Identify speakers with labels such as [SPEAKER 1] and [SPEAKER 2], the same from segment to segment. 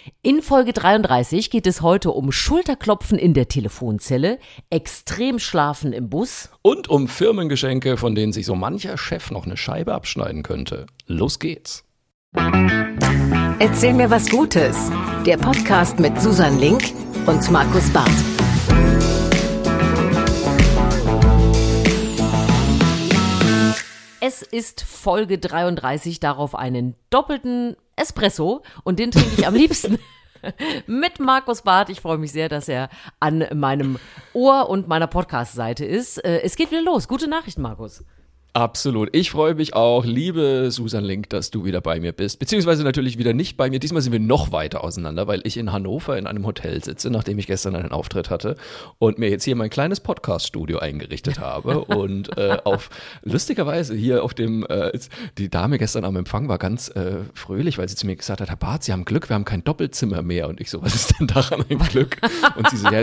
[SPEAKER 1] In Folge 33 geht es heute um Schulterklopfen in der Telefonzelle, Extremschlafen im Bus
[SPEAKER 2] und um Firmengeschenke, von denen sich so mancher Chef noch eine Scheibe abschneiden könnte. Los geht's.
[SPEAKER 3] Erzähl mir was Gutes. Der Podcast mit Susan Link und Markus Barth.
[SPEAKER 1] Es ist Folge 33, darauf einen doppelten Espresso und den trinke ich am liebsten mit Markus Barth. Ich freue mich sehr, dass er an meinem Ohr und meiner Podcast-Seite ist. Es geht wieder los. Gute Nachrichten, Markus.
[SPEAKER 2] Absolut. Ich freue mich auch, liebe Susan Link, dass du wieder bei mir bist. Beziehungsweise natürlich wieder nicht bei mir. Diesmal sind wir noch weiter auseinander, weil ich in Hannover in einem Hotel sitze, nachdem ich gestern einen Auftritt hatte und mir jetzt hier mein kleines Podcast-Studio eingerichtet habe. Und lustigerweise hier auf dem, die Dame gestern am Empfang war ganz fröhlich, weil sie zu mir gesagt hat, Herr Barth, Sie haben Glück, wir haben kein Doppelzimmer mehr. Und ich so, was ist denn daran ein Glück? Und sie so, ja,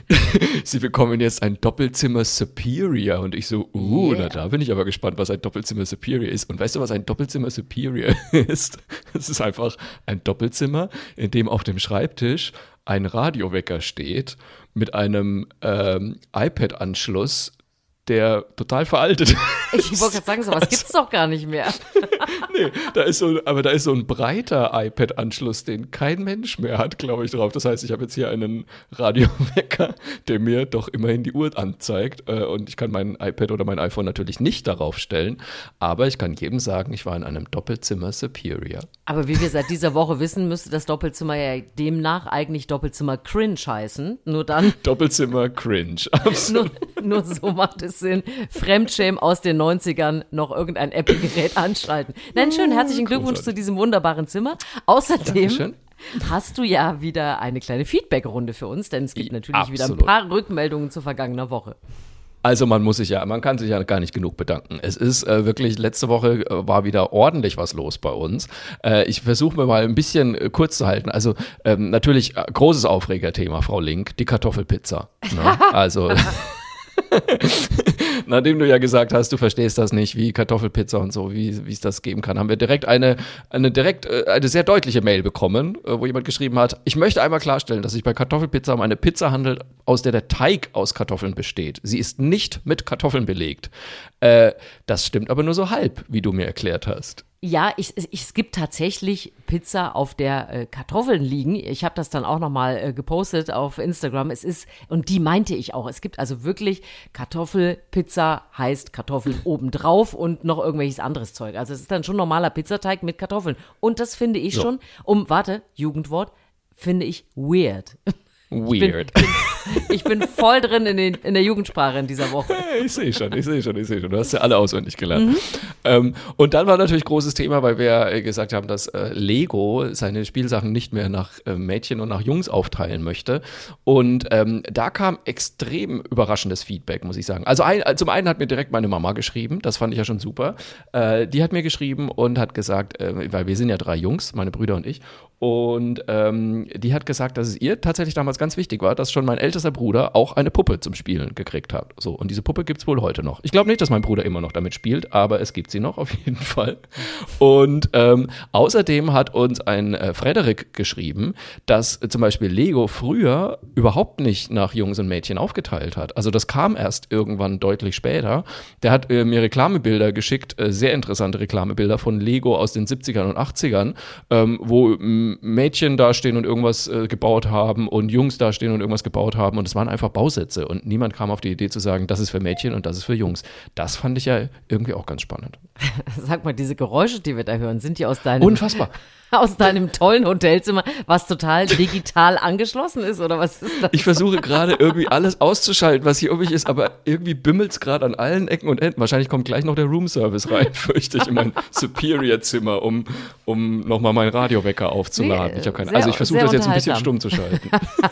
[SPEAKER 2] Sie bekommen jetzt ein Doppelzimmer Superior. Und ich so, na da bin ich aber gespannt, was ein Doppelzimmer Superior ist. Und weißt du, was ein Doppelzimmer Superior ist? Es ist einfach ein Doppelzimmer, in dem auf dem Schreibtisch ein Radiowecker steht mit einem iPad-Anschluss, der total veraltet ist.
[SPEAKER 1] Ich wollte gerade sagen, sowas gibt's doch gar nicht mehr.
[SPEAKER 2] Nee, da ist so ein breiter iPad-Anschluss, den kein Mensch mehr hat, glaube ich, drauf. Das heißt, ich habe jetzt hier einen Radiowecker, der mir doch immerhin die Uhr anzeigt. Und ich kann mein iPad oder mein iPhone natürlich nicht darauf stellen. Aber ich kann jedem sagen, ich war in einem Doppelzimmer Superior.
[SPEAKER 1] Aber wie wir seit dieser Woche wissen, müsste das Doppelzimmer ja demnach eigentlich Doppelzimmer Cringe heißen. Nur dann.
[SPEAKER 2] Doppelzimmer Cringe, absolut.
[SPEAKER 1] Nur so macht es Sinn. Fremdschämen aus den 90ern, noch irgendein Apple-Gerät anschalten. Nein, schön, herzlichen Glückwunsch zu diesem wunderbaren Zimmer. Außerdem
[SPEAKER 2] Dankeschön.
[SPEAKER 1] Hast du ja wieder eine kleine Feedback-Runde für uns, denn es gibt natürlich
[SPEAKER 2] Absolut.
[SPEAKER 1] wieder ein paar Rückmeldungen zu vergangener Woche.
[SPEAKER 2] Also man kann sich ja gar nicht genug bedanken. Es ist wirklich, letzte Woche war wieder ordentlich was los bei uns. Ich versuche mir mal ein bisschen kurz zu halten. Also natürlich großes Aufregerthema, Frau Link, die Kartoffelpizza. Ne? Also nachdem du ja gesagt hast, du verstehst das nicht, wie Kartoffelpizza und so, wie es das geben kann, haben wir direkt eine sehr deutliche Mail bekommen, wo jemand geschrieben hat, ich möchte einmal klarstellen, dass sich bei Kartoffelpizza um eine Pizza handelt, aus der der Teig aus Kartoffeln besteht. Sie ist nicht mit Kartoffeln belegt. Das stimmt aber nur so halb, wie du mir erklärt hast.
[SPEAKER 1] Ja, es gibt tatsächlich Pizza, auf der Kartoffeln liegen. Ich habe das dann auch nochmal gepostet auf Instagram. Und die meinte ich auch. Es gibt also wirklich Kartoffelpizza, heißt Kartoffeln obendrauf und noch irgendwelches anderes Zeug. Also es ist dann schon normaler Pizzateig mit Kartoffeln. Und das finde ich schon, Jugendwort, finde ich weird.
[SPEAKER 2] Weird.
[SPEAKER 1] Ich bin voll drin in der Jugendsprache in dieser Woche.
[SPEAKER 2] Ich sehe schon. Du hast ja alle auswendig gelernt. Und dann war natürlich großes Thema, weil wir gesagt haben, dass Lego seine Spielsachen nicht mehr nach Mädchen und nach Jungs aufteilen möchte. Und da kam extrem überraschendes Feedback, muss ich sagen. Also zum einen hat mir direkt meine Mama geschrieben, das fand ich ja schon super. Die hat mir geschrieben und hat gesagt, weil wir sind ja 3 Jungs, meine Brüder und ich, und die hat gesagt, dass es ihr tatsächlich damals ganz wichtig war, dass schon mein ältester Bruder auch eine Puppe zum Spielen gekriegt hat. So, und diese Puppe gibt's wohl heute noch. Ich glaube nicht, dass mein Bruder immer noch damit spielt, aber es gibt sie noch auf jeden Fall. Und außerdem hat uns ein Frederik geschrieben, dass zum Beispiel Lego früher überhaupt nicht nach Jungs und Mädchen aufgeteilt hat. Also das kam erst irgendwann deutlich später. Der hat mir Reklamebilder geschickt, sehr interessante Reklamebilder von Lego aus den 70ern und 80ern, wo Mädchen dastehen und irgendwas gebaut haben und Jungs dastehen und irgendwas gebaut haben und es waren einfach Bausätze und niemand kam auf die Idee zu sagen, das ist für Mädchen und das ist für Jungs. Das fand ich ja irgendwie auch ganz spannend.
[SPEAKER 1] Sag mal, diese Geräusche, die wir da hören, sind die aus deinem...
[SPEAKER 2] Unfassbar.
[SPEAKER 1] Aus deinem tollen Hotelzimmer, was total digital angeschlossen ist, oder was ist das?
[SPEAKER 2] Ich versuche gerade irgendwie alles auszuschalten, was hier übrig ist, aber irgendwie bimmelt es gerade an allen Ecken und Enden. Wahrscheinlich kommt gleich noch der Roomservice rein, fürchte ich, in mein Superior-Zimmer, um nochmal meinen Radiowecker aufzuladen.
[SPEAKER 1] Nee,
[SPEAKER 2] ich habe keine. Also ich versuche das jetzt ein bisschen stumm zu schalten.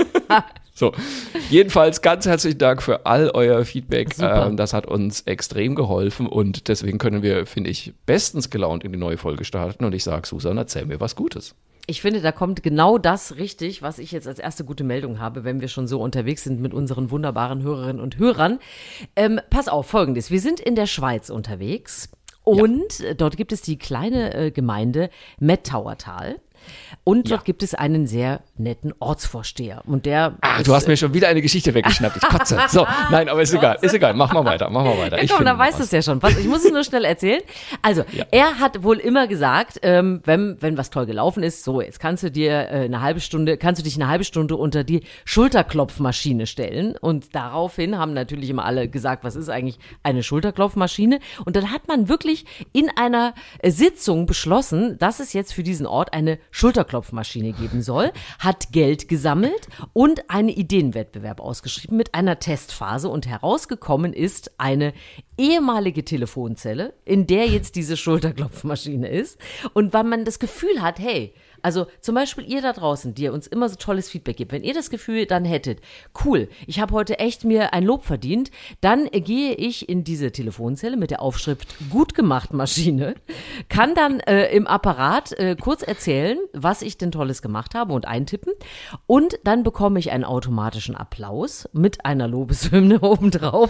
[SPEAKER 2] So, jedenfalls ganz herzlichen Dank für all euer Feedback. Das hat uns extrem geholfen und deswegen können wir, finde ich, bestens gelaunt in die neue Folge starten. Und ich sage, Susan, erzähl mir was Gutes.
[SPEAKER 1] Ich finde, da kommt genau das richtig, was ich jetzt als erste gute Meldung habe, wenn wir schon so unterwegs sind mit unseren wunderbaren Hörerinnen und Hörern. Pass auf, Folgendes. Wir sind in der Schweiz unterwegs und dort gibt es die kleine Gemeinde Mettauertal. Und dort gibt es einen sehr netten Ortsvorsteher. Und der
[SPEAKER 2] du hast mir schon wieder eine Geschichte weggeschnappt. Ich kotze. So, nein, aber ist egal. Mach mal weiter.
[SPEAKER 1] Ja, komm, da weißt du es ja schon. Ich muss es nur schnell erzählen. Also, er hat wohl immer gesagt, wenn was toll gelaufen ist, so, jetzt kannst du dich eine halbe Stunde unter die Schulterklopfmaschine stellen. Und daraufhin haben natürlich immer alle gesagt, was ist eigentlich eine Schulterklopfmaschine? Und dann hat man wirklich in einer Sitzung beschlossen, dass es jetzt für diesen Ort eine Schulterklopfmaschine geben soll, hat Geld gesammelt und einen Ideenwettbewerb ausgeschrieben mit einer Testphase. Und herausgekommen ist eine ehemalige Telefonzelle, in der jetzt diese Schulterklopfmaschine ist. Und weil man das Gefühl hat, hey, also zum Beispiel ihr da draußen, die ihr uns immer so tolles Feedback gebt, wenn ihr das Gefühl dann hättet, cool, ich habe heute echt mir ein Lob verdient, dann gehe ich in diese Telefonzelle mit der Aufschrift gut gemacht Maschine, kann dann im Apparat kurz erzählen, was ich denn Tolles gemacht habe und eintippen und dann bekomme ich einen automatischen Applaus mit einer Lobeshymne obendrauf.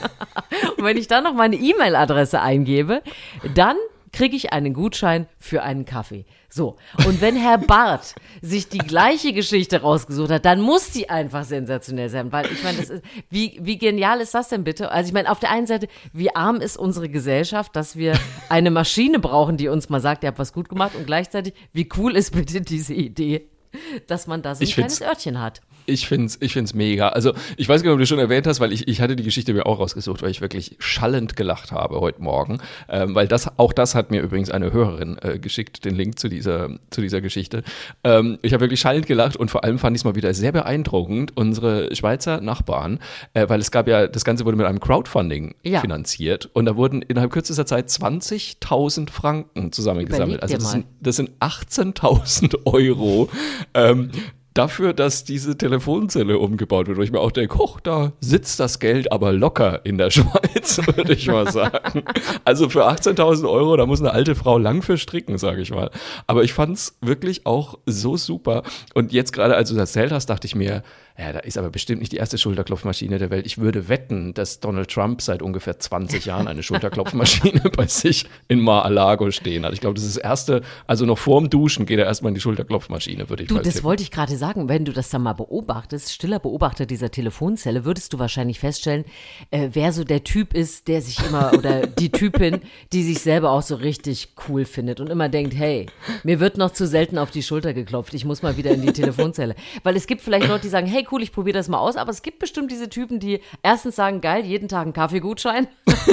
[SPEAKER 1] Und wenn ich dann noch meine E-Mail-Adresse eingebe, dann kriege ich einen Gutschein für einen Kaffee. So, und wenn Herr Barth sich die gleiche Geschichte rausgesucht hat, dann muss die einfach sensationell sein, weil ich meine, das ist, wie genial ist das denn bitte? Also ich meine, auf der einen Seite, wie arm ist unsere Gesellschaft, dass wir eine Maschine brauchen, die uns mal sagt, ihr habt was gut gemacht und gleichzeitig, wie cool ist bitte diese Idee, dass man da so ein kleines Örtchen hat.
[SPEAKER 2] Ich find's mega. Also ich weiß gar nicht, ob du schon erwähnt hast, weil ich hatte die Geschichte mir auch rausgesucht, weil ich wirklich schallend gelacht habe heute Morgen. Weil das hat mir übrigens eine Hörerin geschickt, den Link zu dieser Geschichte. Ich habe wirklich schallend gelacht und vor allem fand ich es mal wieder sehr beeindruckend, unsere Schweizer Nachbarn, weil es gab ja, das Ganze wurde mit einem Crowdfunding finanziert und da wurden innerhalb kürzester Zeit 20.000 Franken zusammengesammelt. Also das sind 18.000 Euro. Dafür, dass diese Telefonzelle umgebaut wird, wo ich mir auch denke, da sitzt das Geld aber locker in der Schweiz, würde ich mal sagen. Also für 18.000 Euro, da muss eine alte Frau lang für stricken, sage ich mal. Aber ich fand's wirklich auch so super. Und jetzt gerade, als du das erzählt hast, dachte ich mir, ja, da ist aber bestimmt nicht die erste Schulterklopfmaschine der Welt. Ich würde wetten, dass Donald Trump seit ungefähr 20 Jahren eine Schulterklopfmaschine bei sich in Mar-a-Lago stehen hat. Ich glaube, das ist das erste, also noch vorm Duschen geht er erstmal in die Schulterklopfmaschine, würde ich mal tippen.
[SPEAKER 1] Das wollte ich gerade sagen, wenn du das dann mal beobachtest, stiller Beobachter dieser Telefonzelle, würdest du wahrscheinlich feststellen, wer so der Typ ist, der sich immer, oder die Typin, die sich selber auch so richtig cool findet und immer denkt, hey, mir wird noch zu selten auf die Schulter geklopft, ich muss mal wieder in die Telefonzelle. Weil es gibt vielleicht Leute, die sagen, hey, cool, ich probiere das mal aus, aber es gibt bestimmt diese Typen, die erstens sagen, geil, jeden Tag einen Kaffeegutschein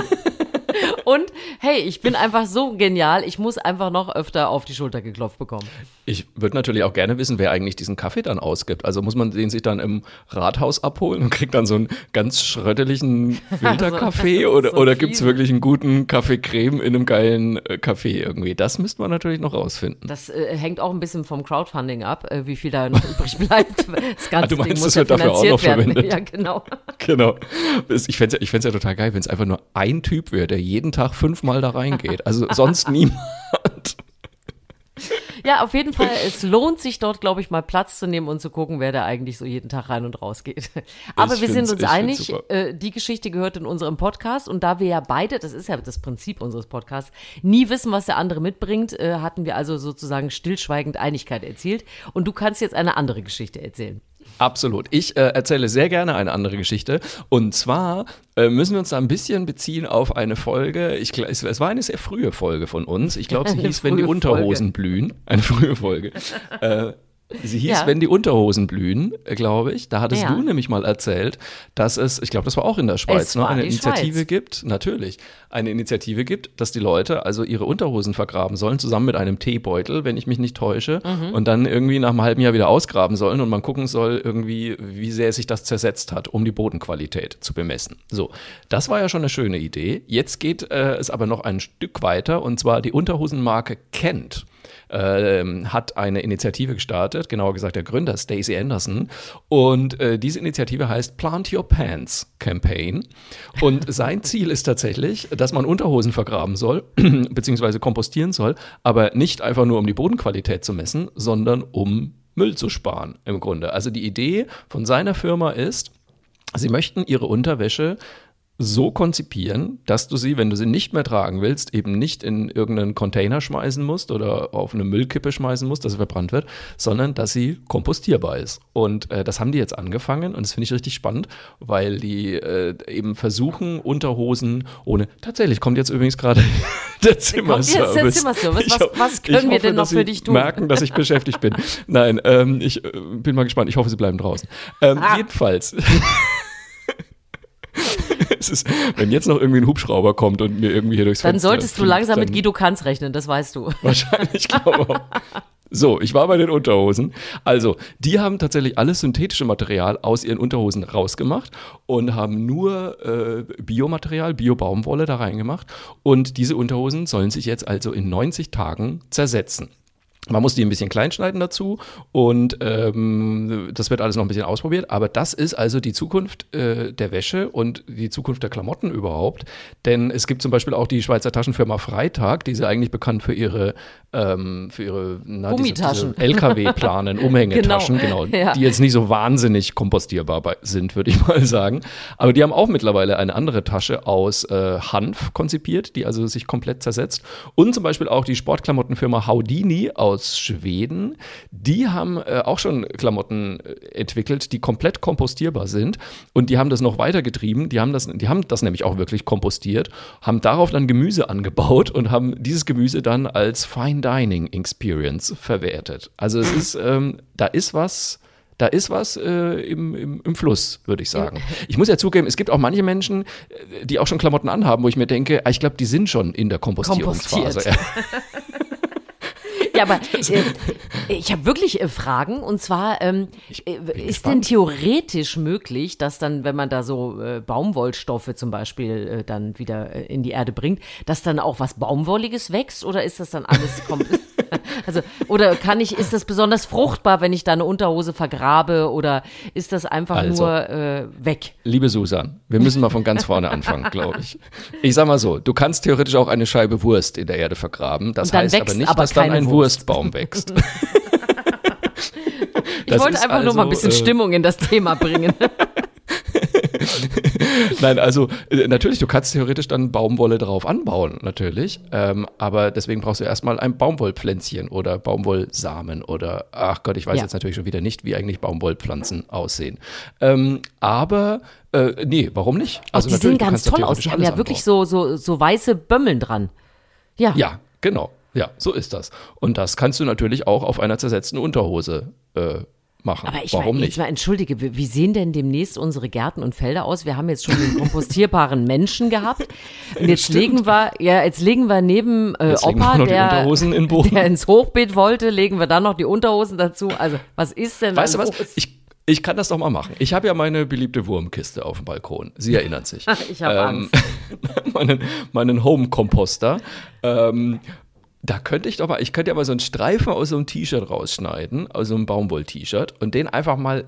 [SPEAKER 1] und hey, ich bin einfach so genial, ich muss einfach noch öfter auf die Schulter geklopft bekommen.
[SPEAKER 2] Ich würde natürlich auch gerne wissen, wer eigentlich diesen Kaffee dann ausgibt. Also muss man den sich dann im Rathaus abholen und kriegt dann so einen ganz schrötteligen Filterkaffee oder gibt es wirklich einen guten Kaffee-Creme in einem geilen Kaffee irgendwie? Das müsste man natürlich noch rausfinden.
[SPEAKER 1] Das hängt auch ein bisschen vom Crowdfunding ab, wie viel da noch übrig bleibt. Das ganze
[SPEAKER 2] du meinst,
[SPEAKER 1] Ding muss
[SPEAKER 2] das wird dafür auch noch verwendet?
[SPEAKER 1] Ja, genau.
[SPEAKER 2] Genau. Ich fänd's ja total geil, wenn es einfach nur ein Typ wäre, der jeden Tag 5-mal da reingeht. Also sonst niemand.
[SPEAKER 1] Ja, auf jeden Fall, es lohnt sich dort, glaube ich, mal Platz zu nehmen und zu gucken, wer da eigentlich so jeden Tag rein und raus geht. Aber wir sind uns einig, die Geschichte gehört in unserem Podcast und da wir ja beide, das ist ja das Prinzip unseres Podcasts, nie wissen, was der andere mitbringt, hatten wir also sozusagen stillschweigend Einigkeit erzielt und du kannst jetzt eine andere Geschichte erzählen.
[SPEAKER 2] Absolut. Ich erzähle sehr gerne eine andere Geschichte. Und zwar müssen wir uns da ein bisschen beziehen auf eine Folge. Es war eine sehr frühe Folge von uns. Ich glaube, sie hieß, wenn die Unterhosen blühen. Eine frühe Folge. Sie hieß, wenn die Unterhosen blühen, glaube ich. Da hattest du nämlich mal erzählt, dass es, ich glaube, das war auch in der Schweiz, eine Initiative gibt, natürlich, eine Initiative gibt, dass die Leute also ihre Unterhosen vergraben sollen, zusammen mit einem Teebeutel, wenn ich mich nicht täusche, und dann irgendwie nach einem halben Jahr wieder ausgraben sollen und man gucken soll irgendwie, wie sehr sich das zersetzt hat, um die Bodenqualität zu bemessen. So, das war ja schon eine schöne Idee. Jetzt geht es aber noch ein Stück weiter und zwar die Unterhosenmarke Kent. Hat eine Initiative gestartet, genauer gesagt der Gründer Stacey Anderson und diese Initiative heißt Plant Your Pants Campaign und sein Ziel ist tatsächlich, dass man Unterhosen vergraben soll, beziehungsweise kompostieren soll, aber nicht einfach nur um die Bodenqualität zu messen, sondern um Müll zu sparen im Grunde. Also die Idee von seiner Firma ist, sie möchten ihre Unterwäsche so konzipieren, dass du sie, wenn du sie nicht mehr tragen willst, eben nicht in irgendeinen Container schmeißen musst oder auf eine Müllkippe schmeißen musst, dass sie verbrannt wird, sondern dass sie kompostierbar ist. Und das haben die jetzt angefangen und das finde ich richtig spannend, weil die eben versuchen, Unterhosen ohne, tatsächlich kommt jetzt übrigens gerade der Zimmerservice.
[SPEAKER 1] Was können wir denn noch für dich tun?
[SPEAKER 2] Merken, dass ich beschäftigt bin. Nein, ich bin mal gespannt. Ich hoffe, sie bleiben draußen. Jedenfalls. Wenn jetzt noch irgendwie ein Hubschrauber kommt und mir irgendwie hier durchs Fenster
[SPEAKER 1] dann solltest du langsam mit Guido Kanz rechnen, das weißt du.
[SPEAKER 2] Wahrscheinlich, glaube ich auch. So, ich war bei den Unterhosen. Also, die haben tatsächlich alles synthetische Material aus ihren Unterhosen rausgemacht und haben nur Biomaterial, Bio-Baumwolle da reingemacht. Und diese Unterhosen sollen sich jetzt also in 90 Tagen zersetzen. Man muss die ein bisschen klein schneiden dazu und das wird alles noch ein bisschen ausprobiert. Aber das ist also die Zukunft der Wäsche und die Zukunft der Klamotten überhaupt. Denn es gibt zum Beispiel auch die Schweizer Taschenfirma Freitag, die ist eigentlich bekannt für ihre
[SPEAKER 1] Gummitaschen.
[SPEAKER 2] Diese LKW-Planen, Umhängetaschen, genau,
[SPEAKER 1] ja.
[SPEAKER 2] Die jetzt nicht so wahnsinnig kompostierbar sind, würde ich mal sagen. Aber die haben auch mittlerweile eine andere Tasche aus Hanf konzipiert, die also sich komplett zersetzt. Und zum Beispiel auch die Sportklamottenfirma Houdini aus Schweden, die haben auch schon Klamotten entwickelt, die komplett kompostierbar sind und die haben das noch weitergetrieben, die haben das nämlich auch wirklich kompostiert, haben darauf dann Gemüse angebaut und haben dieses Gemüse dann als Fine Dining Experience verwertet. Also es ist, da ist was im Fluss, würde ich sagen. Ich muss ja zugeben, es gibt auch manche Menschen, die auch schon Klamotten anhaben, wo ich mir denke, ich glaube, die sind schon in der Kompostierungsphase.
[SPEAKER 1] Ja, aber ich habe wirklich Fragen und zwar ist denn theoretisch möglich, dass dann, wenn man da so Baumwollstoffe zum Beispiel dann wieder in die Erde bringt, dass dann auch was Baumwolliges wächst oder ist das dann alles also oder ist das besonders fruchtbar, wenn ich da eine Unterhose vergrabe oder ist das einfach nur weg?
[SPEAKER 2] Liebe Susan, wir müssen mal von ganz vorne anfangen, glaube ich. Ich sag mal so, du kannst theoretisch auch eine Scheibe Wurst in der Erde vergraben. Das heißt aber nicht, dass dann ein Wurstbaum wächst.
[SPEAKER 1] Ich wollte einfach nur mal ein bisschen Stimmung in das Thema bringen.
[SPEAKER 2] Nein, also natürlich, du kannst theoretisch dann Baumwolle drauf anbauen, natürlich. Aber deswegen brauchst du erstmal ein Baumwollpflänzchen oder Baumwollsamen oder, ach Gott, ich weiß jetzt natürlich schon wieder nicht, wie eigentlich Baumwollpflanzen aussehen. Aber nee, warum nicht?
[SPEAKER 1] Also die sehen ganz toll aus, die haben ja wirklich so weiße Bömmeln dran.
[SPEAKER 2] Ja, genau. Ja, so ist das. Und das kannst du natürlich auch auf einer zersetzten Unterhose machen.
[SPEAKER 1] Aber
[SPEAKER 2] warum nicht?
[SPEAKER 1] Jetzt mal entschuldige, wie sehen denn demnächst unsere Gärten und Felder aus? Wir haben jetzt schon den kompostierbaren Menschen gehabt. Und jetzt legen wir neben Opa, der ins Hochbeet wollte, legen wir dann noch die Unterhosen dazu. Also was ist denn
[SPEAKER 2] Weißt du was? Ich kann das doch mal machen. Ich habe ja meine beliebte Wurmkiste auf dem Balkon. Sie erinnern sich.
[SPEAKER 1] Ich habe Angst.
[SPEAKER 2] meinen Home-Komposter. Da könnte ich könnte ja mal so einen Streifen aus so einem T-Shirt rausschneiden, aus so einem Baumwoll-T-Shirt und den einfach mal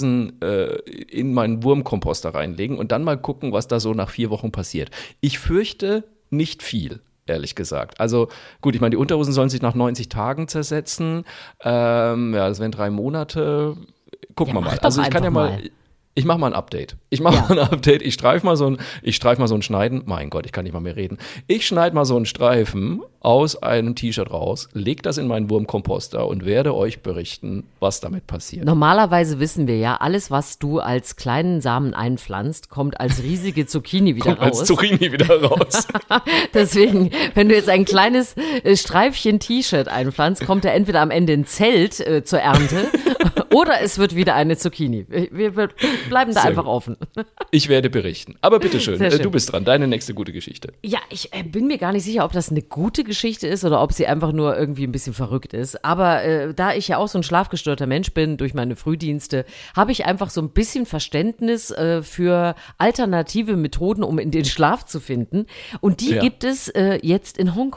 [SPEAKER 2] in meinen Wurmkomposter reinlegen und dann mal gucken, was da so nach 4 Wochen passiert. Ich fürchte nicht viel, ehrlich gesagt. Also gut, ich meine, die Unterhosen sollen sich nach 90 Tagen zersetzen. Das wären 3 Monate. Gucken wir mal. Also ich kann ja mal. Ich mache mal ein Update. Ich streife mal so ein Schneiden. Mein Gott, ich kann nicht mal mehr reden. Ich schneide mal so einen Streifen aus einem T-Shirt raus, leg das in meinen Wurmkomposter und werde euch berichten, was damit passiert.
[SPEAKER 1] Normalerweise wissen wir ja, alles, was du als kleinen Samen einpflanzt, kommt als riesige Zucchini wieder raus.
[SPEAKER 2] Als Zucchini wieder raus.
[SPEAKER 1] Deswegen, wenn du jetzt ein kleines Streifchen T-Shirt einpflanzt, kommt er entweder am Ende ein Zelt zur Ernte oder es wird wieder eine Zucchini. Wir bleiben da einfach offen.
[SPEAKER 2] Ich werde berichten. Aber bitteschön, du bist dran. Deine nächste gute Geschichte.
[SPEAKER 1] Ja, ich bin mir gar nicht sicher, ob das eine gute Geschichte ist oder ob sie einfach nur irgendwie ein bisschen verrückt ist. Aber da ich ja auch so ein schlafgestörter Mensch bin durch meine Frühdienste, habe ich einfach so ein bisschen Verständnis für alternative Methoden, um in den Schlaf zu finden. Und die gibt es jetzt in Hongkong.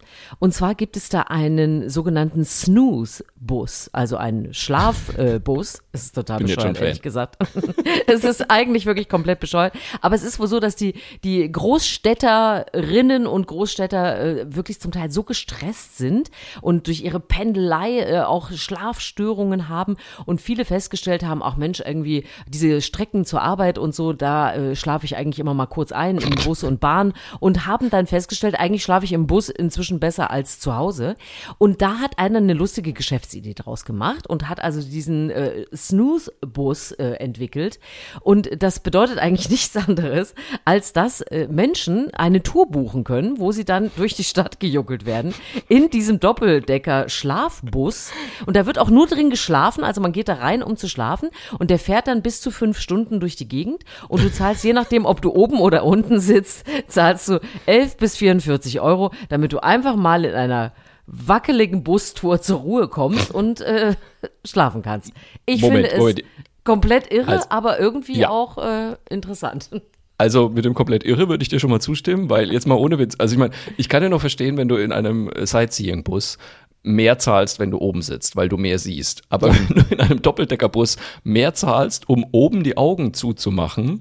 [SPEAKER 1] Und zwar gibt es da einen sogenannten Snooze-Bus, also einen Schlafbus. Das ist total
[SPEAKER 2] Bin jetzt
[SPEAKER 1] bescheuert,
[SPEAKER 2] schon
[SPEAKER 1] ehrlich gesagt. Es ist eigentlich wirklich komplett bescheuert. Aber es ist wohl so, dass die Großstädterinnen und Großstädter wirklich zum Teil so gestresst sind und durch ihre Pendelei auch Schlafstörungen haben und viele festgestellt haben, ach Mensch, irgendwie diese Strecken zur Arbeit und so, da schlafe ich eigentlich immer mal kurz ein in Bus und Bahn und haben dann festgestellt, eigentlich schlafe ich im Bus inzwischen besser als zu Hause. Und da hat einer eine lustige Geschäftsidee draus gemacht und hat also diesen Snooze-Bus entwickelt. Und das bedeutet eigentlich nichts anderes, als dass Menschen eine Tour buchen können, wo sie dann durch die Stadt gejuckelt werden, in diesem Doppeldecker-Schlafbus. Und da wird auch nur drin geschlafen, also man geht da rein, um zu schlafen. Und der fährt dann bis zu 5 Stunden durch die Gegend. Und du zahlst, je nachdem, ob du oben oder unten sitzt, zahlst du 11 bis 44 Euro, damit du einfach mal in einer wackeligen Bustour zur Ruhe kommst und schlafen kannst. Ich finde es komplett irre, aber irgendwie auch interessant.
[SPEAKER 2] Also mit dem komplett irre würde ich dir schon mal zustimmen, weil jetzt mal ohne Witz, also ich meine, ich kann ja noch verstehen, wenn du in einem Sightseeing-Bus mehr zahlst, wenn du oben sitzt, weil du mehr siehst. Aber wenn du in einem Doppeldeckerbus mehr zahlst, um oben die Augen zuzumachen,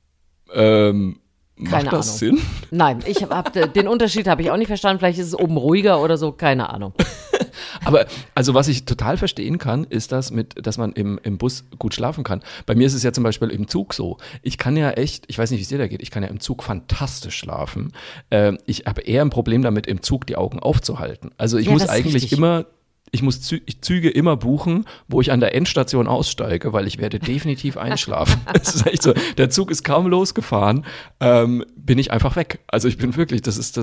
[SPEAKER 2] macht das Sinn?
[SPEAKER 1] Nein, den Unterschied habe ich auch nicht verstanden. Vielleicht ist es oben ruhiger oder so, keine Ahnung.
[SPEAKER 2] Aber also was ich total verstehen kann, ist das dass man im Bus gut schlafen kann. Bei mir ist es ja zum Beispiel im Zug so. Ich kann ja echt, ich weiß nicht, wie es dir da geht, ich kann ja im Zug fantastisch schlafen. Ich habe eher ein Problem damit, im Zug die Augen aufzuhalten. Also ich muss eigentlich immer ich muss Züge immer buchen, wo ich an der Endstation aussteige, weil ich werde definitiv einschlafen. Das ist echt so. Der Zug ist kaum losgefahren, bin ich einfach weg. Also ich bin wirklich,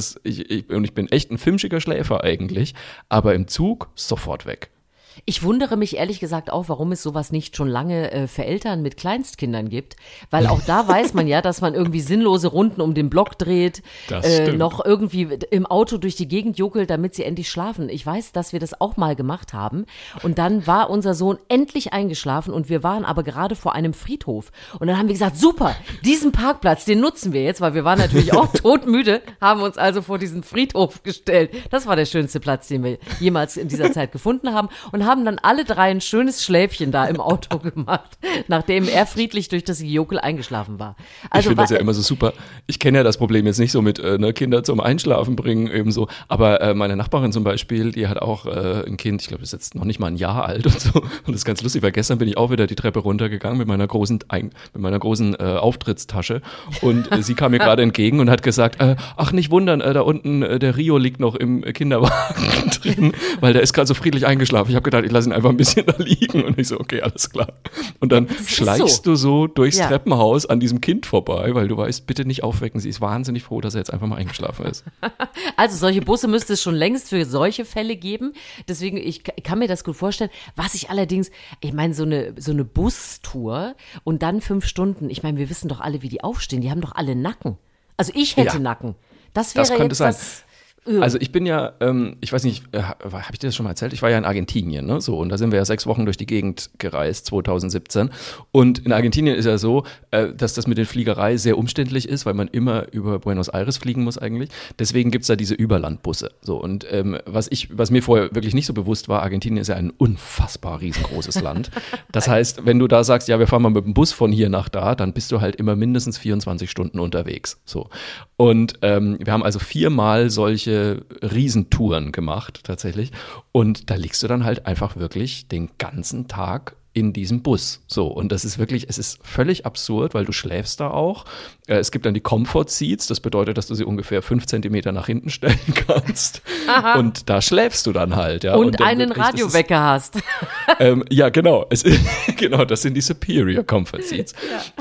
[SPEAKER 2] und ich bin echt ein filmschiger Schläfer eigentlich, aber im Zug sofort weg.
[SPEAKER 1] Ich wundere mich ehrlich gesagt auch, warum es sowas nicht schon lange für Eltern mit Kleinstkindern gibt, weil auch da weiß man ja, dass man irgendwie sinnlose Runden um den Block dreht, noch irgendwie im Auto durch die Gegend juckelt, damit sie endlich schlafen. Ich weiß, dass wir das auch mal gemacht haben und dann war unser Sohn endlich eingeschlafen und wir waren aber gerade vor einem Friedhof und dann haben wir gesagt, super, diesen Parkplatz, den nutzen wir jetzt, weil wir waren natürlich auch todmüde, haben uns also vor diesen Friedhof gestellt. Das war der schönste Platz, den wir jemals in dieser Zeit gefunden haben und haben dann alle drei ein schönes Schläfchen da im Auto gemacht, nachdem er friedlich durch das Gejuckel eingeschlafen war. Also,
[SPEAKER 2] ich finde das ja immer so super. Ich kenne ja das Problem jetzt nicht so mit Kinder zum Einschlafen bringen ebenso, aber meine Nachbarin zum Beispiel, die hat auch ein Kind, ich glaube, das ist jetzt noch nicht mal ein Jahr alt und so und das ist ganz lustig, weil gestern bin ich auch wieder die Treppe runtergegangen mit meiner großen Auftrittstasche und sie kam mir gerade entgegen und hat gesagt, ach nicht wundern, da unten der Rio liegt noch im Kinderwagen drin, weil der ist gerade so friedlich eingeschlafen. Ich habe gedacht, ich lasse ihn einfach ein bisschen da liegen. Und ich so, okay, alles klar. Und dann schleichst du so durchs Treppenhaus an diesem Kind vorbei, weil du weißt, bitte nicht aufwecken. Sie ist wahnsinnig froh, dass er jetzt einfach mal eingeschlafen ist.
[SPEAKER 1] Also solche Busse müsste es schon längst für solche Fälle geben. Deswegen, ich kann mir das gut vorstellen. Was ich allerdings, ich meine, so eine Bustour und dann 5 Stunden. Ich meine, wir wissen doch alle, wie die aufstehen. Die haben doch alle Nacken. Also ich hätte Nacken. Das wäre
[SPEAKER 2] könnte
[SPEAKER 1] jetzt
[SPEAKER 2] sein.
[SPEAKER 1] Also
[SPEAKER 2] ich bin ja, ich weiß nicht, habe ich dir das schon mal erzählt? Ich war ja in Argentinien, ne? So, und da sind wir ja 6 Wochen durch die Gegend gereist, 2017. Und in Argentinien ist ja so, dass das mit den Fliegerei sehr umständlich ist, weil man immer über Buenos Aires fliegen muss eigentlich. Deswegen gibt's da diese Überlandbusse. So, und was mir vorher wirklich nicht so bewusst war, Argentinien ist ja ein unfassbar riesengroßes Land. Das heißt, wenn du da sagst, ja, wir fahren mal mit dem Bus von hier nach da, dann bist du halt immer mindestens 24 Stunden unterwegs. So. Und wir haben also 4-mal solche Riesentouren gemacht tatsächlich und da liegst du dann halt einfach wirklich den ganzen Tag in diesem Bus. So, und das ist wirklich, es ist völlig absurd, weil du schläfst da auch. Es gibt dann die Comfort Seats, das bedeutet, dass du sie ungefähr 5 Zentimeter nach hinten stellen kannst. Aha. Und da schläfst du dann halt. Ja.
[SPEAKER 1] Und einen Radiowecker hast.
[SPEAKER 2] Ja, genau. Genau, das sind die Superior Comfort Seats. Ja.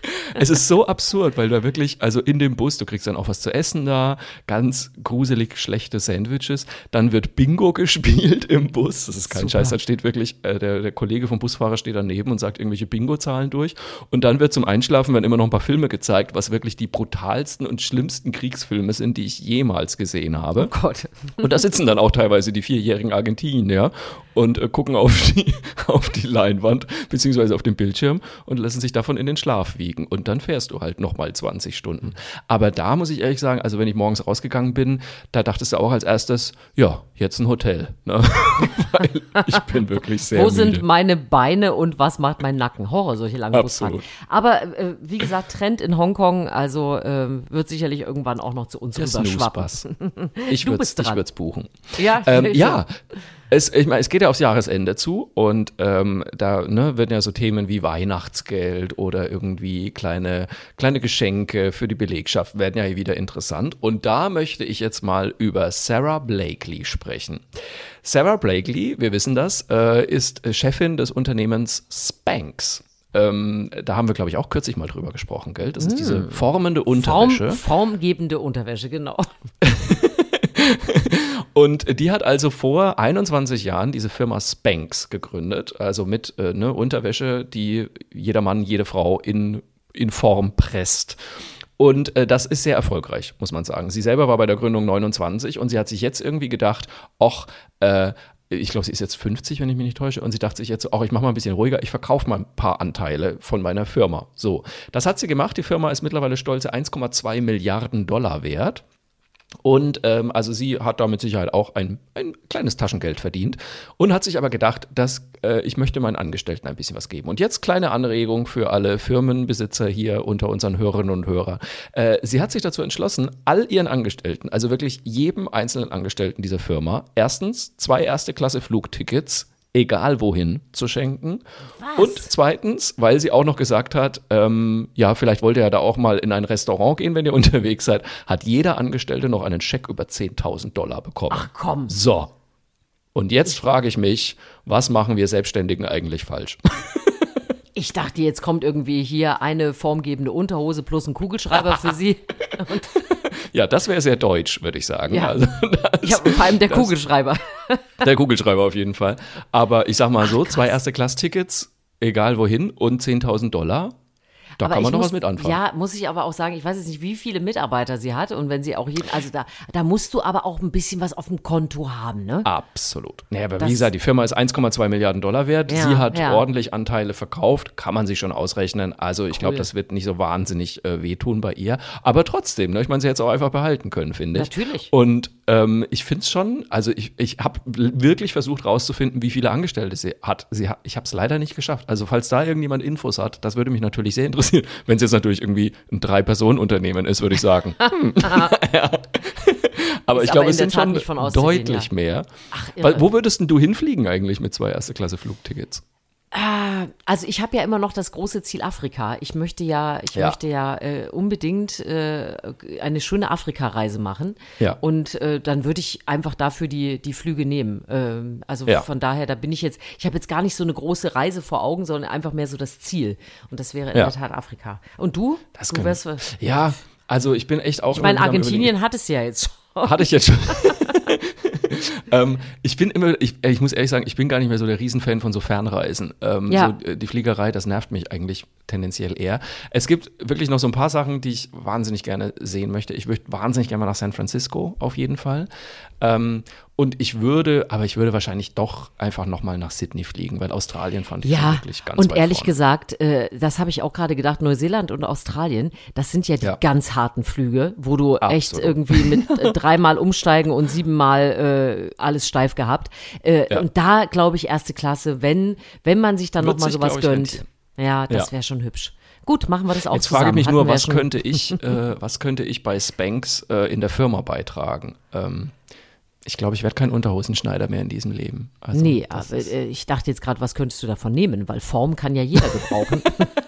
[SPEAKER 2] Es ist so absurd, weil du wirklich, also in dem Bus, du kriegst dann auch was zu essen da, ganz gruselig schlechte Sandwiches, dann wird Bingo gespielt im Bus, das ist kein Scheiß, da steht wirklich, der Kollege vom Busfahrer steht daneben und sagt irgendwelche Bingo-Zahlen durch und dann wird zum Einschlafen werden immer noch ein paar Filme gezeigt, was wirklich die brutalsten und schlimmsten Kriegsfilme sind, die ich jemals gesehen habe.
[SPEAKER 1] Oh Gott.
[SPEAKER 2] Und da sitzen dann auch teilweise die 4-jährigen Argentinier und gucken auf die Leinwand beziehungsweise auf den Bildschirm und lassen sich davon in den Schlaf wiegen. Und dann fährst du halt nochmal 20 Stunden. Aber da muss ich ehrlich sagen, also wenn ich morgens rausgegangen bin, da dachtest du auch als erstes, ja, jetzt ein Hotel. Ne? Weil ich bin wirklich sehr
[SPEAKER 1] Wo
[SPEAKER 2] müde.
[SPEAKER 1] sind meine Beine und was macht mein Nacken? Horror, solche langen
[SPEAKER 2] Absolut.
[SPEAKER 1] Busfahrten. Aber wie gesagt, Trend in Hongkong, also wird sicherlich irgendwann auch noch zu uns
[SPEAKER 2] Der
[SPEAKER 1] rüberschwappen.
[SPEAKER 2] Snooze-Bus. Ich
[SPEAKER 1] Du
[SPEAKER 2] würde
[SPEAKER 1] bist dran.
[SPEAKER 2] es buchen.
[SPEAKER 1] Ja,
[SPEAKER 2] Ja, es geht ja aufs Jahresende zu und da werden ja so Themen wie Weihnachtsgeld oder irgendwie kleine Geschenke für die Belegschaft werden ja wieder interessant. Und da möchte ich jetzt mal über Sarah Blakely sprechen. Sarah Blakely, wir wissen das, ist Chefin des Unternehmens Spanx. Da haben wir, glaube ich, auch kürzlich mal drüber gesprochen, gell? Das ist diese formende Unterwäsche.
[SPEAKER 1] Formgebende Unterwäsche, genau.
[SPEAKER 2] Und die hat also vor 21 Jahren diese Firma Spanx gegründet, also mit Unterwäsche, die jeder Mann, jede Frau in Form presst. Und das ist sehr erfolgreich, muss man sagen. Sie selber war bei der Gründung 29 und sie hat sich jetzt irgendwie gedacht, ich glaube, sie ist jetzt 50, wenn ich mich nicht täusche, und sie dachte sich jetzt, ich mache mal ein bisschen ruhiger, ich verkaufe mal ein paar Anteile von meiner Firma. So, das hat sie gemacht. Die Firma ist mittlerweile stolze 1,2 Milliarden Dollar wert. Und also sie hat da mit Sicherheit auch ein kleines Taschengeld verdient und hat sich aber gedacht, dass ich möchte meinen Angestellten ein bisschen was geben. Und jetzt kleine Anregung für alle Firmenbesitzer hier unter unseren Hörerinnen und Hörern. Sie hat sich dazu entschlossen, all ihren Angestellten, also wirklich jedem einzelnen Angestellten dieser Firma, erstens 2 Erste-Klasse-Flugtickets, egal wohin, zu schenken.
[SPEAKER 1] Was?
[SPEAKER 2] Und zweitens, weil sie auch noch gesagt hat, vielleicht wollt ihr ja da auch mal in ein Restaurant gehen, wenn ihr unterwegs seid, hat jeder Angestellte noch einen Scheck über 10.000 Dollar bekommen.
[SPEAKER 1] Ach komm.
[SPEAKER 2] So. Und jetzt frage ich mich, was machen wir Selbstständigen eigentlich falsch?
[SPEAKER 1] Ich dachte, jetzt kommt irgendwie hier eine formgebende Unterhose plus ein Kugelschreiber für Sie.
[SPEAKER 2] Ja, das wäre sehr deutsch, würde ich sagen.
[SPEAKER 1] Ja.
[SPEAKER 2] Also
[SPEAKER 1] Vor allem der Kugelschreiber.
[SPEAKER 2] Der Kugelschreiber auf jeden Fall. Aber ich sag mal so, 2 Erste-Klass-Tickets, egal wohin, und 10.000 Dollar. Da
[SPEAKER 1] Aber
[SPEAKER 2] kann man
[SPEAKER 1] ich
[SPEAKER 2] doch was mit anfangen.
[SPEAKER 1] Ja, muss ich aber auch sagen, ich weiß jetzt nicht, wie viele Mitarbeiter sie hat und wenn sie auch da musst du aber auch ein bisschen was auf dem Konto haben, ne?
[SPEAKER 2] Absolut. Naja, aber
[SPEAKER 1] Das-
[SPEAKER 2] wie gesagt, die Firma ist 1,2 Milliarden Dollar wert.
[SPEAKER 1] Ja,
[SPEAKER 2] Sie hat
[SPEAKER 1] ja.
[SPEAKER 2] ordentlich Anteile verkauft, kann man sich schon ausrechnen. Also ich glaube, das wird nicht so wahnsinnig wehtun bei ihr. Aber trotzdem, ne? Ich meine, sie hätte es auch einfach behalten können, finde ich.
[SPEAKER 1] Natürlich.
[SPEAKER 2] Und ich finde es schon, also ich habe wirklich versucht rauszufinden, wie viele Angestellte sie hat. Ich habe es leider nicht geschafft. Also falls da irgendjemand Infos hat, das würde mich natürlich sehr interessieren. Wenn es jetzt natürlich irgendwie ein 3-Personen-Unternehmen ist, würde ich sagen. Ja. Aber ich
[SPEAKER 1] Ist
[SPEAKER 2] glaube,
[SPEAKER 1] aber
[SPEAKER 2] es
[SPEAKER 1] in der
[SPEAKER 2] sind
[SPEAKER 1] Tat
[SPEAKER 2] schon
[SPEAKER 1] nicht von auszugehen,
[SPEAKER 2] deutlich
[SPEAKER 1] ja.
[SPEAKER 2] mehr.
[SPEAKER 1] Ach, irre.
[SPEAKER 2] Wo würdest denn du hinfliegen eigentlich mit 2 Erste-Klasse-Flugtickets?
[SPEAKER 1] Also ich habe ja immer noch das große Ziel Afrika. Ich möchte ja unbedingt eine schöne Afrika-Reise machen.
[SPEAKER 2] Ja.
[SPEAKER 1] Und dann würde ich einfach dafür die Flüge nehmen.
[SPEAKER 2] Ja.
[SPEAKER 1] Von daher, ich habe jetzt gar nicht so eine große Reise vor Augen, sondern einfach mehr so das Ziel. Und das wäre in der Tat Afrika. Und du? Du wärst,
[SPEAKER 2] Ja, also ich bin echt auch.
[SPEAKER 1] ich meine,
[SPEAKER 2] immer wieder am
[SPEAKER 1] Argentinien hat es ja jetzt schon.
[SPEAKER 2] Hatte ich jetzt schon. Ich muss ehrlich sagen, ich bin gar nicht mehr so der Riesenfan von so Fernreisen.
[SPEAKER 1] Ja.
[SPEAKER 2] So, die Fliegerei, das nervt mich eigentlich tendenziell eher. Es gibt wirklich noch so ein paar Sachen, die ich wahnsinnig gerne sehen möchte. Ich möchte wahnsinnig gerne mal nach San Francisco, auf jeden Fall. Und ich würde wahrscheinlich doch einfach nochmal nach Sydney fliegen, weil Australien fand ich schon wirklich ganz
[SPEAKER 1] und
[SPEAKER 2] weit
[SPEAKER 1] ehrlich
[SPEAKER 2] vorne.
[SPEAKER 1] gesagt, das habe ich auch gerade gedacht, Neuseeland und Australien, das sind ja die
[SPEAKER 2] Ja.
[SPEAKER 1] ganz harten Flüge, wo du echt
[SPEAKER 2] Absolut.
[SPEAKER 1] irgendwie mit 3-mal umsteigen und 7-mal alles steif gehabt.
[SPEAKER 2] Ja.
[SPEAKER 1] Und da glaube ich erste Klasse, wenn man sich dann
[SPEAKER 2] Wird
[SPEAKER 1] nochmal
[SPEAKER 2] sich,
[SPEAKER 1] sowas
[SPEAKER 2] glaub ich,
[SPEAKER 1] gönnt.
[SPEAKER 2] rentieren.
[SPEAKER 1] Ja, das
[SPEAKER 2] Ja.
[SPEAKER 1] wäre schon hübsch. Gut, machen wir das auch
[SPEAKER 2] Jetzt
[SPEAKER 1] zusammen.
[SPEAKER 2] frage ich mich
[SPEAKER 1] Hatten
[SPEAKER 2] nur,
[SPEAKER 1] wir
[SPEAKER 2] was
[SPEAKER 1] schon.
[SPEAKER 2] könnte ich bei Spanx in der Firma beitragen? Ich glaube, ich werde kein Unterhosenschneider mehr in diesem Leben. Also,
[SPEAKER 1] Nee,
[SPEAKER 2] das
[SPEAKER 1] aber
[SPEAKER 2] ist-
[SPEAKER 1] ich dachte jetzt gerade, was könntest du davon nehmen? Weil Form kann ja jeder gebrauchen.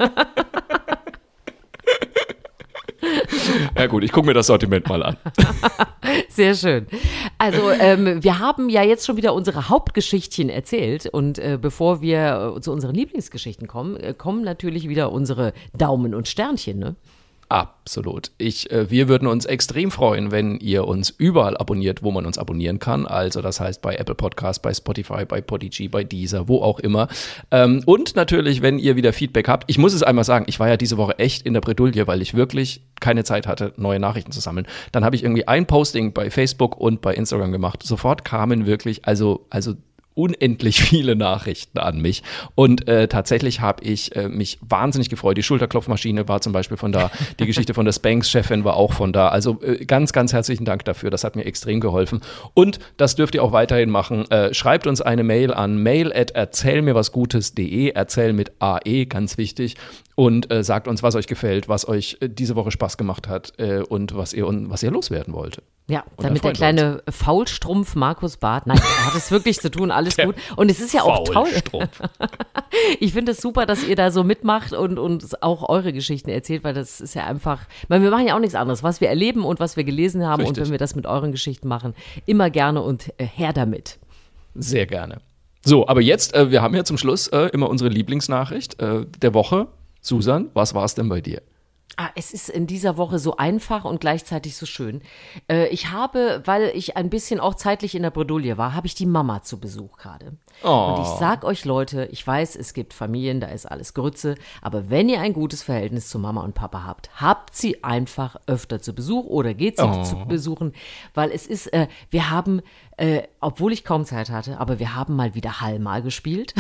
[SPEAKER 2] Ja gut, ich gucke mir das Sortiment mal an.
[SPEAKER 1] Sehr schön. Also wir haben ja jetzt schon wieder unsere Hauptgeschichtchen erzählt und bevor wir zu unseren Lieblingsgeschichten kommen, kommen natürlich wieder unsere Daumen und Sternchen, ne?
[SPEAKER 2] Absolut. Wir würden uns extrem freuen, wenn ihr uns überall abonniert, wo man uns abonnieren kann. Also das heißt bei Apple Podcasts, bei Spotify, bei Podigy, bei Deezer, wo auch immer. Und natürlich, wenn ihr wieder Feedback habt. Ich muss es einmal sagen, ich war ja diese Woche echt in der Bredouille, weil ich wirklich keine Zeit hatte, neue Nachrichten zu sammeln. Dann habe ich irgendwie ein Posting bei Facebook und bei Instagram gemacht. Sofort kamen wirklich, also unendlich viele Nachrichten an mich. Und tatsächlich habe ich mich wahnsinnig gefreut. Die Schulterklopfmaschine war zum Beispiel von da. Die Geschichte von der Spanx-Chefin war auch von da. Also ganz, ganz herzlichen Dank dafür. Das hat mir extrem geholfen. Und das dürft ihr auch weiterhin machen. Schreibt uns eine Mail an mail@erzählmirwasgutes.de. Erzähl mit AE, ganz wichtig. Und sagt uns, was euch gefällt, was euch diese Woche Spaß gemacht hat und was ihr loswerden wollt.
[SPEAKER 1] Ja, damit der kleine Faulstrumpf Markus Barth, nein, er hat es wirklich zu tun, alles gut. Und es ist ja auch toll. Ich finde es super, dass ihr da so mitmacht und auch eure Geschichten erzählt, weil das ist ja einfach, weil wir machen ja auch nichts anderes, was wir erleben und was wir gelesen haben. Richtig. Und wenn wir das mit euren Geschichten machen, immer gerne und her damit.
[SPEAKER 2] Sehr gerne. So, aber jetzt, wir haben ja zum Schluss immer unsere Lieblingsnachricht der Woche. Susan, was war es denn bei dir?
[SPEAKER 1] Es ist in dieser Woche so einfach und gleichzeitig so schön. Ich habe, weil ich ein bisschen auch zeitlich in der Bredouille war, habe ich die Mama zu Besuch gerade. Oh. Und ich sag euch Leute, ich weiß, es gibt Familien, da ist alles Grütze, aber wenn ihr ein gutes Verhältnis zu Mama und Papa habt, habt sie einfach öfter zu Besuch oder geht sie zu besuchen, weil es ist, wir haben, obwohl ich kaum Zeit hatte, aber wir haben mal wieder Hallmal gespielt.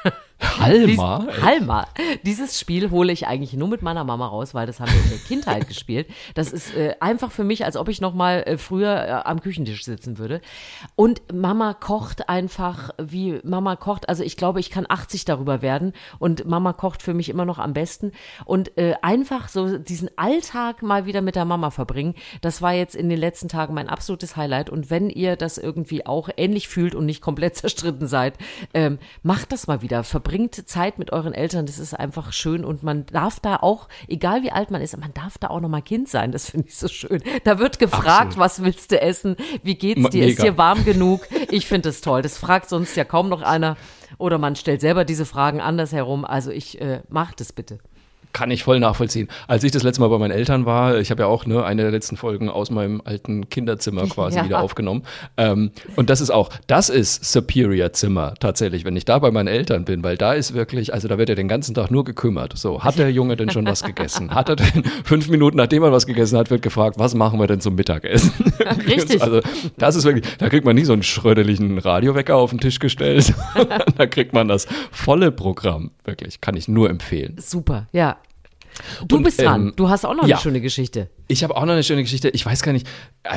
[SPEAKER 2] Halma?
[SPEAKER 1] Halma. Dieses Spiel hole ich eigentlich nur mit meiner Mama raus, weil das haben wir in der Kindheit gespielt. Das ist einfach für mich, als ob ich noch mal früher am Küchentisch sitzen würde. Und Mama kocht einfach, wie Mama kocht. Also ich glaube, ich kann 80 darüber werden. Und Mama kocht für mich immer noch am besten. Und einfach so diesen Alltag mal wieder mit der Mama verbringen, das war jetzt in den letzten Tagen mein absolutes Highlight. Und wenn ihr das irgendwie auch ähnlich fühlt und nicht komplett zerstritten seid, macht das mal wieder. Verbringt Zeit mit euren Eltern, das ist einfach schön und man darf da auch, egal wie alt man ist, man darf da auch noch mal Kind sein, das finde ich so schön. Da wird gefragt, absolut. Was willst du essen, wie geht's dir, mega. Ist dir warm genug? Ich finde das toll, das fragt sonst ja kaum noch einer oder man stellt selber diese Fragen andersherum, also ich mache das bitte.
[SPEAKER 2] Kann ich voll nachvollziehen. Als ich das letzte Mal bei meinen Eltern war, ich habe ja auch eine der letzten Folgen aus meinem alten Kinderzimmer quasi wieder aufgenommen. Und das ist Superior Zimmer tatsächlich, wenn ich da bei meinen Eltern bin, weil da ist wirklich, also da wird ja den ganzen Tag nur gekümmert. So, hat der Junge denn schon was gegessen? Hat er denn 5 Minuten, nachdem er was gegessen hat, wird gefragt, was machen wir denn zum Mittagessen?
[SPEAKER 1] Richtig.
[SPEAKER 2] Also das ist wirklich, da kriegt man nie so einen schröderlichen Radiowecker auf den Tisch gestellt. Da kriegt man das volle Programm. Wirklich, kann ich nur empfehlen.
[SPEAKER 1] Super, ja. Du bist dran. Du hast auch noch eine schöne Geschichte.
[SPEAKER 2] Ich habe auch noch eine schöne Geschichte. Ich weiß gar nicht,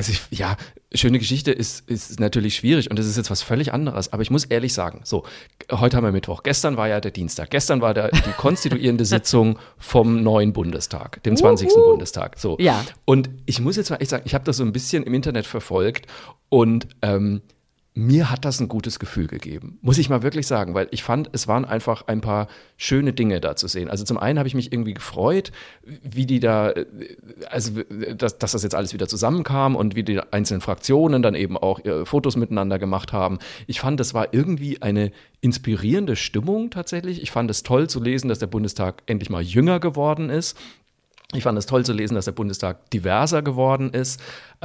[SPEAKER 2] schöne Geschichte ist natürlich schwierig und das ist jetzt was völlig anderes. Aber ich muss ehrlich sagen, so, heute haben wir Mittwoch. Gestern war ja der Dienstag. Gestern war die konstituierende Sitzung vom neuen Bundestag, dem 20. Bundestag. So.
[SPEAKER 1] Ja.
[SPEAKER 2] Und ich muss jetzt mal echt sagen, ich habe das so ein bisschen im Internet verfolgt und mir hat das ein gutes Gefühl gegeben, muss ich mal wirklich sagen, weil ich fand, es waren einfach ein paar schöne Dinge da zu sehen. Also zum einen habe ich mich irgendwie gefreut, wie die da, also dass das jetzt alles wieder zusammenkam und wie die einzelnen Fraktionen dann eben auch Fotos miteinander gemacht haben. Ich fand, das war irgendwie eine inspirierende Stimmung tatsächlich. Ich fand es toll zu lesen, dass der Bundestag endlich mal jünger geworden ist. Ich fand es toll zu lesen, dass der Bundestag diverser geworden ist.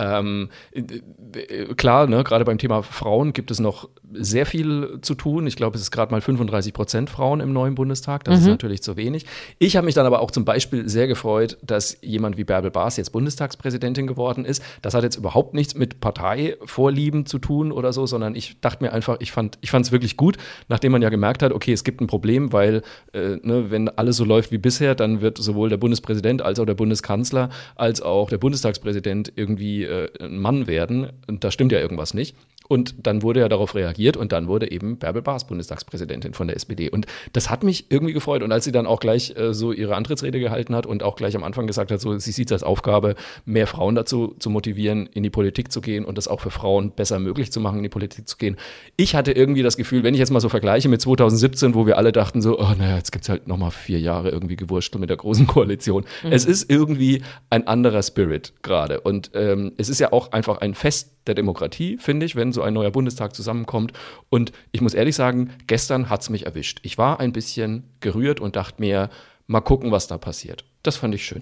[SPEAKER 2] Klar, ne, gerade beim Thema Frauen gibt es noch sehr viel zu tun. Ich glaube, es ist gerade mal 35% Frauen im neuen Bundestag. Das ist natürlich zu wenig. Ich habe mich dann aber auch zum Beispiel sehr gefreut, dass jemand wie Bärbel Baas jetzt Bundestagspräsidentin geworden ist. Das hat jetzt überhaupt nichts mit Parteivorlieben zu tun oder so, sondern ich dachte mir einfach, ich fand es wirklich gut, nachdem man ja gemerkt hat, okay, es gibt ein Problem, weil wenn alles so läuft wie bisher, dann wird sowohl der Bundespräsident als auch der Bundeskanzler als auch der Bundestagspräsident irgendwie ein Mann werden. Und da stimmt ja irgendwas nicht. Und dann wurde ja darauf reagiert und dann wurde eben Bärbel Baas Bundestagspräsidentin von der SPD. Und das hat mich irgendwie gefreut. Und als sie dann auch gleich so ihre Antrittsrede gehalten hat und auch gleich am Anfang gesagt hat, so, sie sieht es als Aufgabe, mehr Frauen dazu zu motivieren, in die Politik zu gehen und das auch für Frauen besser möglich zu machen, in die Politik zu gehen. Ich hatte irgendwie das Gefühl, wenn ich jetzt mal so vergleiche mit 2017, wo wir alle dachten so, jetzt gibt es halt nochmal 4 Jahre irgendwie Gewurstel mit der Großen Koalition. Es ist irgendwie ein anderer Spirit gerade. Und es ist ja auch einfach ein Fest der Demokratie, finde ich, wenn so ein neuer Bundestag zusammenkommt. Und ich muss ehrlich sagen, gestern hat es mich erwischt. Ich war ein bisschen gerührt und dachte mir, mal gucken, was da passiert. Das fand ich schön.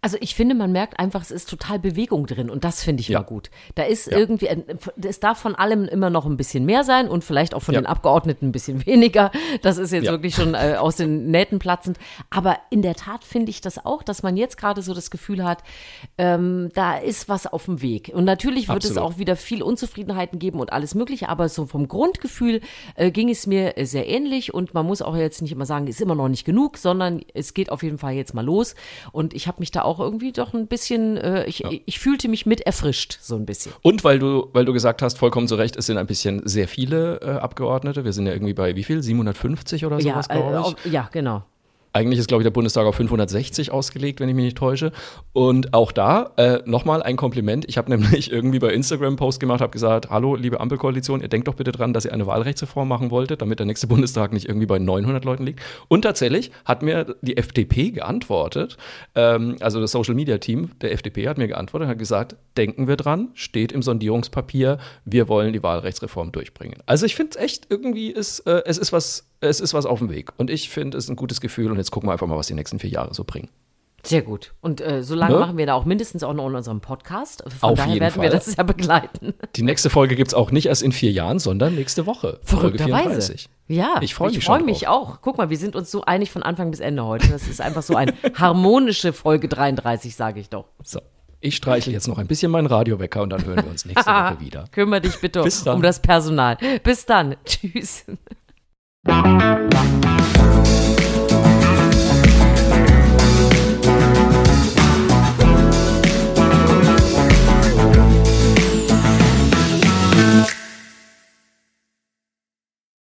[SPEAKER 1] Also ich finde, man merkt einfach, es ist total Bewegung drin und das finde ich
[SPEAKER 2] Ja.
[SPEAKER 1] mal gut. Da ist irgendwie, es darf von allem immer noch ein bisschen mehr sein und vielleicht auch von den Abgeordneten ein bisschen weniger. Das ist jetzt wirklich schon aus den Nähten platzend. Aber in der Tat finde ich das auch, dass man jetzt gerade so das Gefühl hat, da ist was auf dem Weg. Und natürlich wird es auch wieder viel Unzufriedenheiten geben und alles Mögliche, aber so vom Grundgefühl ging es mir sehr ähnlich und man muss auch jetzt nicht immer sagen, ist immer noch nicht genug, sondern es geht auf jeden Fall jetzt mal los. Und ich habe mich da auch irgendwie doch ein bisschen, ich fühlte mich mit erfrischt, so ein bisschen.
[SPEAKER 2] Und weil du gesagt hast, vollkommen zu Recht, es sind ein bisschen sehr viele Abgeordnete. Wir sind ja irgendwie bei wie viel? 750 oder sowas, glaube ich.
[SPEAKER 1] Ja, genau.
[SPEAKER 2] Eigentlich ist, glaube ich, der Bundestag auf 560 ausgelegt, wenn ich mich nicht täusche. Und auch da nochmal ein Kompliment. Ich habe nämlich irgendwie bei Instagram einen Post gemacht, habe gesagt, hallo, liebe Ampelkoalition, ihr denkt doch bitte dran, dass ihr eine Wahlrechtsreform machen wolltet, damit der nächste Bundestag nicht irgendwie bei 900 Leuten liegt. Und tatsächlich hat mir die FDP geantwortet, also das Social-Media-Team der FDP hat mir geantwortet und hat gesagt, denken wir dran, steht im Sondierungspapier, wir wollen die Wahlrechtsreform durchbringen. Also ich finde echt irgendwie, es ist was auf dem Weg. Und ich finde, es ist ein gutes Gefühl. Und jetzt gucken wir einfach mal, was die nächsten 4 Jahre so bringen.
[SPEAKER 1] Sehr gut. Und so lange machen wir da auch mindestens auch noch in unserem Podcast. Von
[SPEAKER 2] Auf
[SPEAKER 1] daher
[SPEAKER 2] jeden
[SPEAKER 1] werden wir
[SPEAKER 2] Fall.
[SPEAKER 1] das ja begleiten.
[SPEAKER 2] Die nächste Folge gibt es auch nicht erst in 4 Jahren, sondern nächste Woche. Folge
[SPEAKER 1] Verrückterweise.
[SPEAKER 2] 34.
[SPEAKER 1] Ja,
[SPEAKER 2] Ich freue mich
[SPEAKER 1] Ich freue
[SPEAKER 2] schon
[SPEAKER 1] mich
[SPEAKER 2] drauf.
[SPEAKER 1] auch. Guck mal, wir sind uns so einig von Anfang bis Ende heute. Das ist einfach so eine harmonische Folge 33, sage ich doch.
[SPEAKER 2] So, ich streichel jetzt noch ein bisschen meinen Radiowecker und dann hören wir uns nächste Woche wieder.
[SPEAKER 1] Kümmere dich bitte
[SPEAKER 2] Bis dann.
[SPEAKER 1] um das Personal. Bis dann. Tschüss.